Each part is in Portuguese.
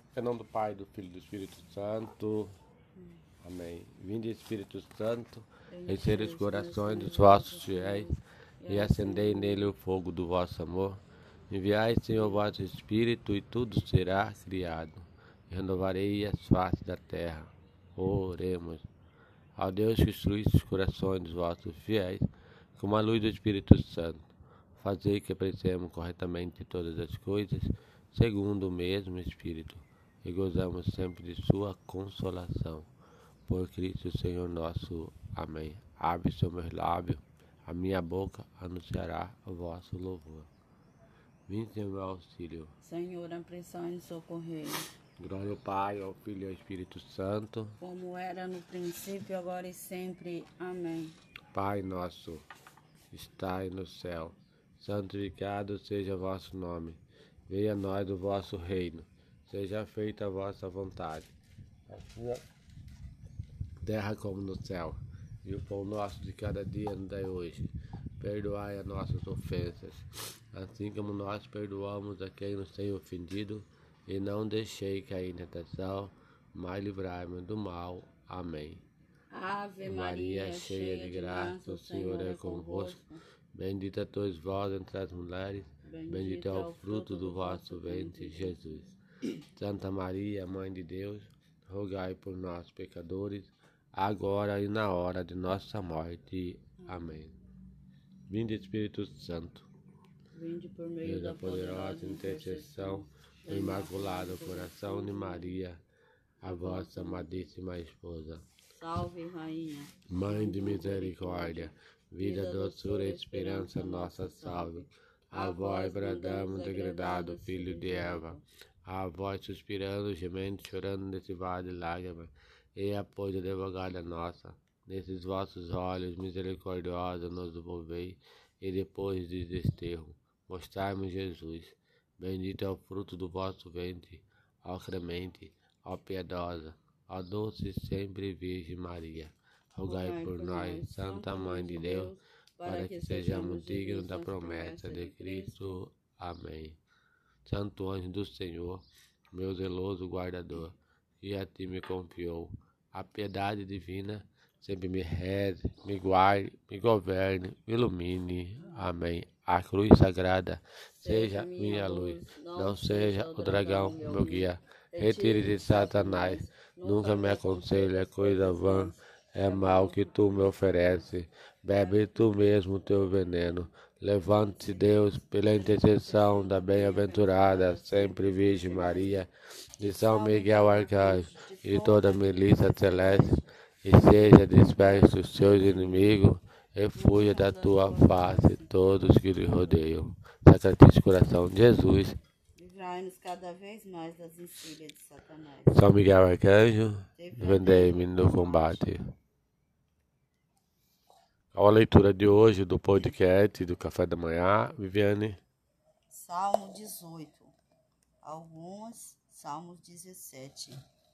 Em nome do Pai, do Filho e do Espírito Santo. Amém. Vinde, Espírito Santo, encher os corações dos vossos fiéis e acendei nele o fogo do vosso amor. Enviai, Senhor, o vosso Espírito e tudo será criado. E renovarei as faces da terra. Oremos. Ao Deus que instrui os corações dos vossos fiéis, com a luz do Espírito Santo, fazei que apreciemos corretamente todas as coisas, segundo o mesmo Espírito, e gozamos sempre de sua consolação. Por Cristo Senhor nosso. Amém. Abre os meus lábios, a minha boca anunciará o vosso louvor. Vinde em meu auxílio. Senhor, apressai nos socorrer. Glória ao Pai, ao Filho e ao Espírito Santo. Como era no princípio, agora e sempre. Amém. Pai nosso, estai no céu, santificado seja o vosso nome. Venha a nós o vosso reino. Seja feita a vossa vontade, assim na terra como no céu. E o pão nosso de cada dia nos dai hoje. Perdoai as nossas ofensas, assim como nós perdoamos a quem nos tem ofendido. E não deixei cair em tentação, mas livrai-me do mal. Amém. Ave Maria, cheia de graça, o Senhor é convosco. Bendita sois vós entre as mulheres, bendito é o fruto do vosso ventre, Jesus. Santa Maria, Mãe de Deus, rogai por nós, pecadores, agora e na hora de nossa morte. Amém. Vinde, Espírito Santo, Vinde por meio da poderosa intercessão do Imaculado Coração de Maria, a vossa amadíssima esposa. Salve, Rainha. Mãe de misericórdia, vida, doçura e esperança nossa, salve. A vós bradamos, degradado filho de Eva. A vós suspirando, gemendo, chorando nesse vale de lágrimas. E apoio advogada nossa, nesses vossos olhos misericordiosos nos volvei, e depois de desterro, mostrai-me Jesus. Bendito é o fruto do vosso ventre, ó clemente, ó piedosa, ó doce e sempre Virgem Maria. Rogai por nós, Santa Mãe de Deus, para que sejamos dignos da promessa de Cristo. Amém. Santo anjo do Senhor, meu zeloso guardador, que a ti me confiou a piedade divina, sempre me reze, me guarde, me governe, me ilumine. Amém. A cruz sagrada seja minha luz, não seja o dragão meu guia. Retire-te, Satanás, nunca me aconselhe, é coisa vã, é mal que tu me oferece. Bebe tu mesmo teu veneno. Levante-se, Deus, pela intercessão da bem-aventurada sempre Virgem Maria, de São Miguel Arcanjo e de toda a milícia celeste, e seja disperso os seus inimigos, e fuja da tua face todos que lhe rodeiam. Sacratíssimo Coração de Jesus, Livrai-nos cada vez mais das insídias de Satanás. São Miguel Arcanjo, defendei-me no combate. Qual a leitura de hoje do podcast do Café da Manhã, Viviane? Salmo 18. Alguns, Salmos 17.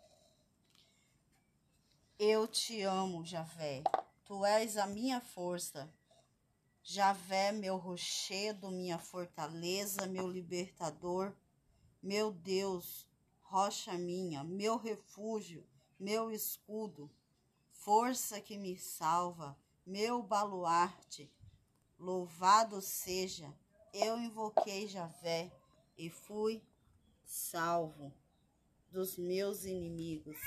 Eu te amo, Javé. Tu és a minha força. Javé, meu rochedo, minha fortaleza, meu libertador, meu Deus, rocha minha, meu refúgio, meu escudo, força que me salva, meu baluarte. Louvado seja, eu invoquei Javé e fui salvo dos meus inimigos.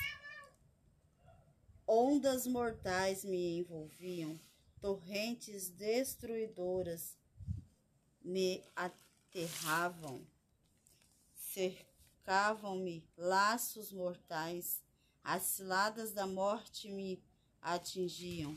Ondas mortais me envolviam, torrentes destruidoras me aterravam, cercavam-me laços mortais, as ciladas da morte me atingiam.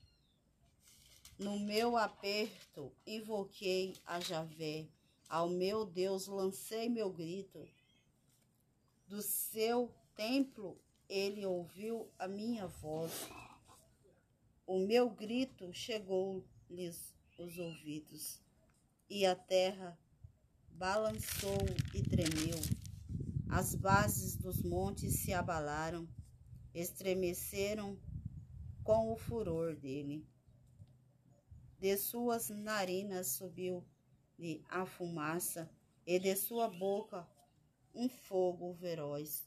No meu aperto, invoquei a Javé, ao meu Deus lancei meu grito. Do seu templo, ele ouviu a minha voz. O meu grito chegou-lhes os ouvidos, e a terra balançou e tremeu. As bases dos montes se abalaram, estremeceram com o furor dele. De suas narinas subiu-lhe a fumaça, e de sua boca um fogo feroz.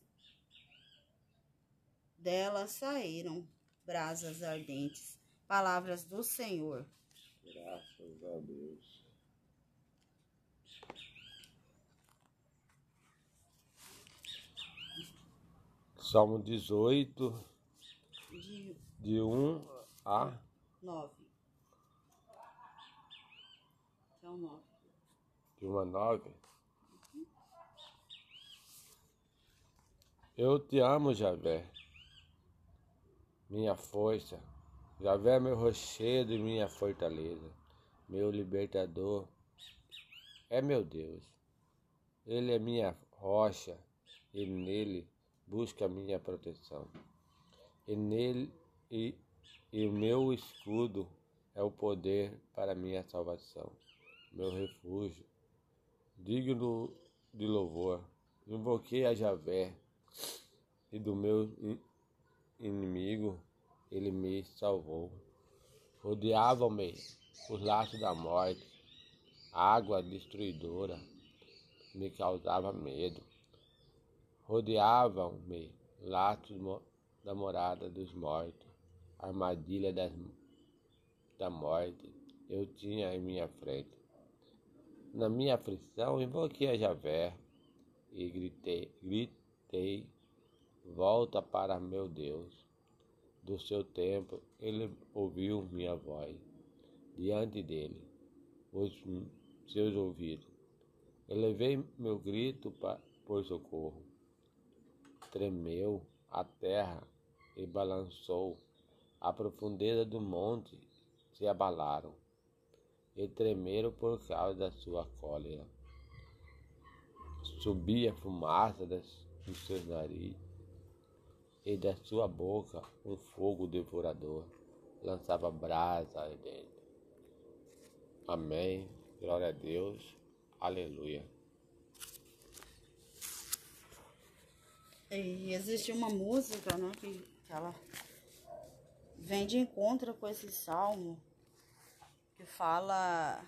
Dela saíram brasas ardentes. Palavras do Senhor. Graças a Deus. Salmo 18, de 1 a 9. São 9. De 1 a 9. Eu te amo, Javé, minha força. Javé é meu rochedo e minha fortaleza. Meu libertador é meu Deus. Ele é minha rocha e nele busca minha proteção. E o meu escudo é o poder para minha salvação. Meu refúgio, digno de louvor. Invoquei a Javé e do meu inimigo ele me salvou. Rodeavam-me os laços da morte, a água destruidora me causava medo. Rodeavam-me laços da morada dos mortos, armadilha da morte eu tinha em minha frente. Na minha aflição invoquei a Javé e gritei, volta para meu Deus. Do seu templo ele ouviu minha voz. Diante dele, os seus ouvidos. Elevei meu grito por socorro. Tremeu a terra e balançou. A profundeza do monte se abalaram e tremeram por causa da sua cólera. Subia fumaça dos seus narizes e da sua boca um fogo devorador lançava brasa ardente. Amém. Glória a Deus. Aleluia. E existe uma música, né, que ela vem de encontro com esse salmo, que fala: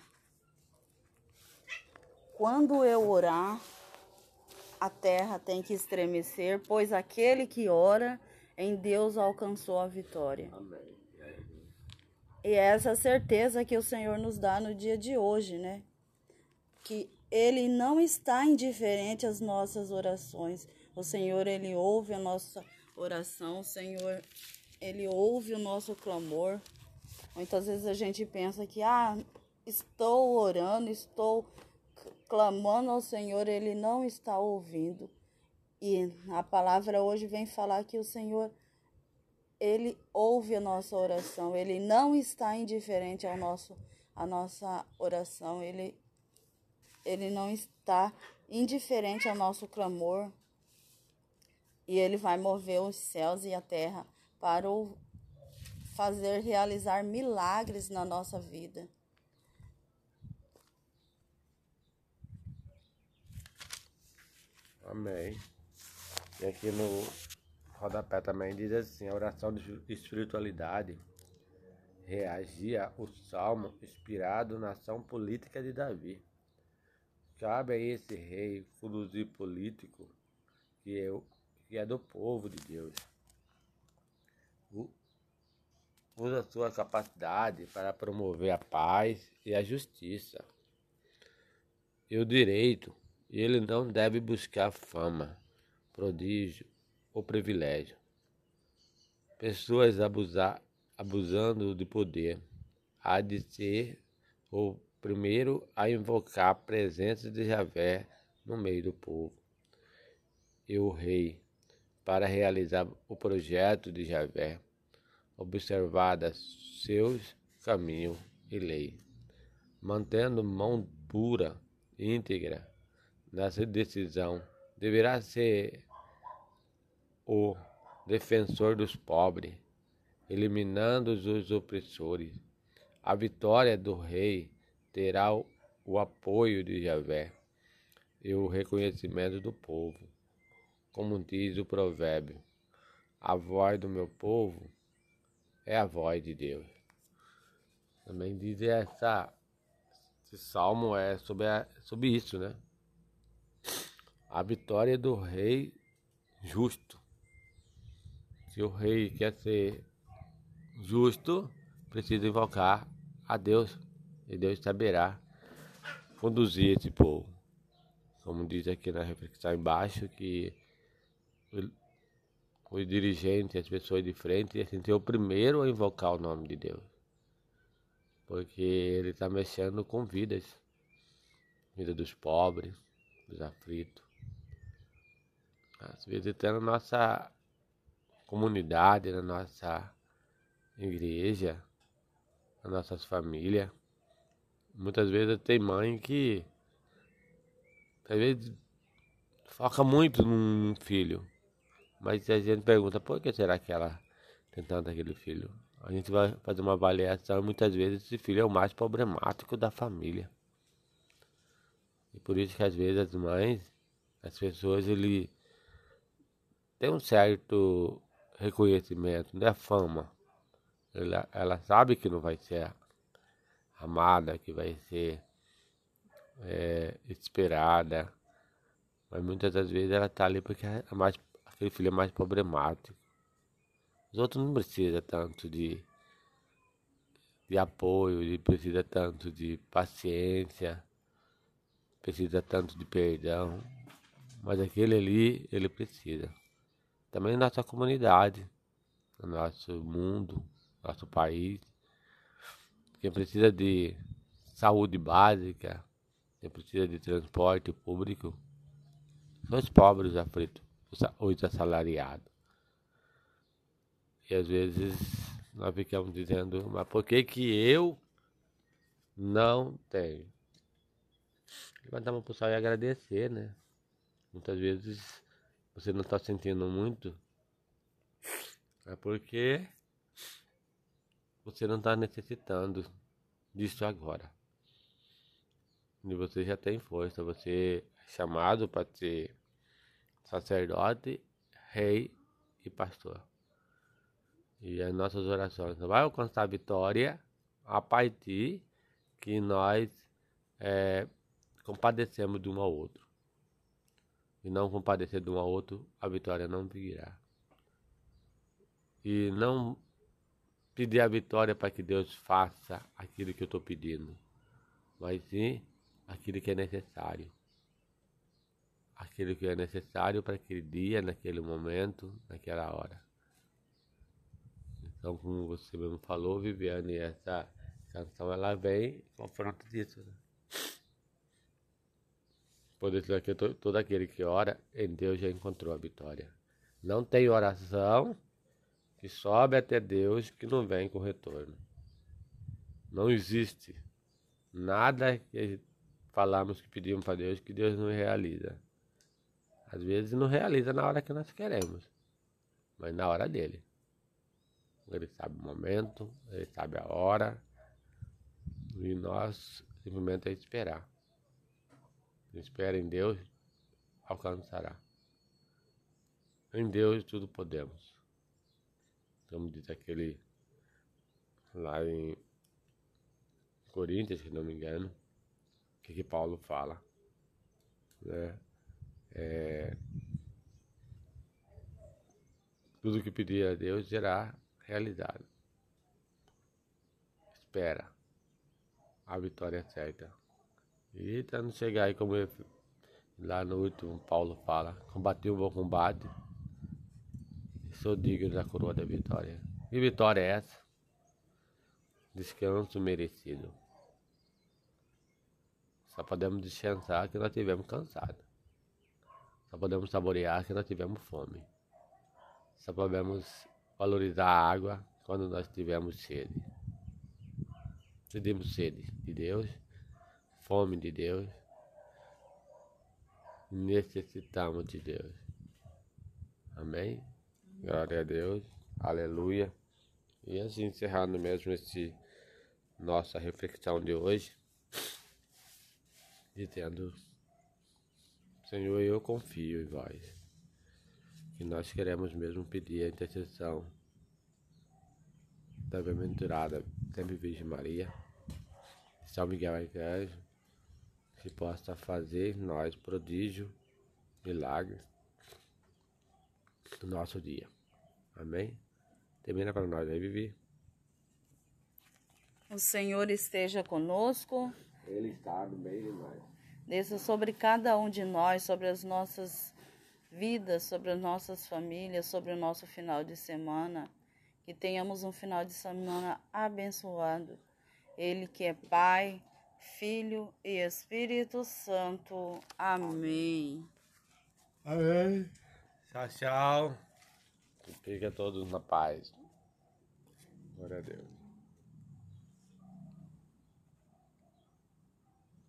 quando eu orar, a terra tem que estremecer, pois aquele que ora em Deus alcançou a vitória. Amém. E é essa certeza que o Senhor nos dá no dia de hoje, né? Que Ele não está indiferente às nossas orações. O Senhor, Ele ouve a nossa oração. O Senhor, Ele ouve o nosso clamor. Muitas vezes a gente pensa que, estou orando, estou clamando ao Senhor, Ele não está ouvindo. E a palavra hoje vem falar que o Senhor, Ele ouve a nossa oração. Ele não está indiferente à nossa oração. Ele não está indiferente ao nosso clamor. E Ele vai mover os céus e a terra para fazer realizar milagres na nossa vida. Amém. E aqui no rodapé também diz assim: a oração de espiritualidade reagia o salmo inspirado na ação política de Davi. Cabe a esse rei conduzir político que é do povo de Deus. Usa sua capacidade para promover a paz e a justiça e o direito. Ele não deve buscar fama, prodígio ou privilégio. Pessoas abusando de poder há de ser o primeiro a invocar a presença de Javé no meio do povo. E o rei, para realizar o projeto de Javé, observadas seus caminhos e lei, mantendo mão pura e íntegra nessa decisão, deverá ser o defensor dos pobres, eliminando os opressores. A vitória do rei terá o apoio de Javé e o reconhecimento do povo. Como diz o provérbio, a voz do meu povo é a voz de Deus. Também diz esse salmo é sobre isso, né? a vitória do rei justo. Se o rei quer ser justo, precisa invocar a Deus, e Deus saberá conduzir esse povo. Como diz aqui na reflexão embaixo, que os dirigentes, as pessoas de frente, têm que ser o primeiro a invocar o nome de Deus. Porque ele está mexendo com vidas. Vida dos pobres, dos aflitos. Às vezes até na nossa comunidade, na nossa igreja, nas nossas famílias. Muitas vezes tem mãe que às vezes foca muito num filho. Mas a gente pergunta, por que será que ela tem tanto aquele filho? A gente vai fazer uma avaliação e muitas vezes esse filho é o mais problemático da família. E por isso que às vezes as mães, as pessoas, ele tem um certo reconhecimento, não é fama. Ela sabe que não vai ser amada, que vai ser esperada. Mas muitas das vezes ela tá ali porque aquele filho é mais problemático. Os outros não precisam tanto de apoio, ele precisa tanto de paciência, precisa tanto de perdão. Mas aquele ali, ele precisa. Também na nossa comunidade, no nosso mundo, nosso país. Quem precisa de saúde básica, quem precisa de transporte público, são os pobres aflitos, os assalariados. E às vezes nós ficamos dizendo, mas por que que eu não tenho? Levantar uma pessoa e agradecer, né? Muitas vezes você não está sentindo muito, é porque você não está necessitando disso agora. E você já tem força, você é chamado para ser sacerdote, rei e pastor. E as nossas orações vai alcançar a vitória a partir que nós compadecemos de um ao outro. E não compadecer de um ao outro, a vitória não virá. E não pedir a vitória para que Deus faça aquilo que eu estou pedindo, mas sim aquilo que é necessário. Aquilo que é necessário para aquele dia, naquele momento, naquela hora. Então, como você mesmo falou, Viviane, essa canção ela vem confronto disso, né? Por isso que todo aquele que ora em Deus já encontrou a vitória. Não tem oração que sobe até Deus que não vem com retorno. Não existe nada que falamos que pedimos para Deus que Deus não realiza. Às vezes não realiza na hora que nós queremos, mas na hora dele. Ele sabe o momento, ele sabe a hora, e nós simplesmente é esperar. Espera em Deus, alcançará. Em Deus tudo podemos. Como diz aquele lá em Coríntios, se não me engano, o que Paulo fala, né? Tudo que pedir a Deus será realizado. Espera. A vitória é certa. E para não chegar aí como lá no último Paulo fala, combati o bom combate e sou digno da coroa da vitória. Que vitória é essa? Descanso merecido. Só podemos descansar que nós estivermos cansados. Só podemos saborear que nós tivermos fome. Só podemos valorizar a água quando nós tivermos sede. Temos sede de Deus, fome de Deus, necessitamos de Deus. Amém? Glória a Deus, aleluia. E assim encerrando mesmo nossa reflexão de hoje, dizendo: Senhor, eu confio em vós. E nós queremos mesmo pedir a intercessão da bem-aventurada sempre Virgem Maria, São Miguel Arcanjo, que possa fazer em nós prodígio milagre no nosso dia. Amém? Termina para nós aí, Vivi. O Senhor esteja conosco. Ele está no meio de nós. Desça sobre cada um de nós, sobre as nossas vidas, sobre as nossas famílias, sobre o nosso final de semana. Que tenhamos um final de semana abençoado. Ele que é Pai, Filho e Espírito Santo. Amém. Amém. Tchau, tchau. Fiquem todos na paz. Glória a Deus.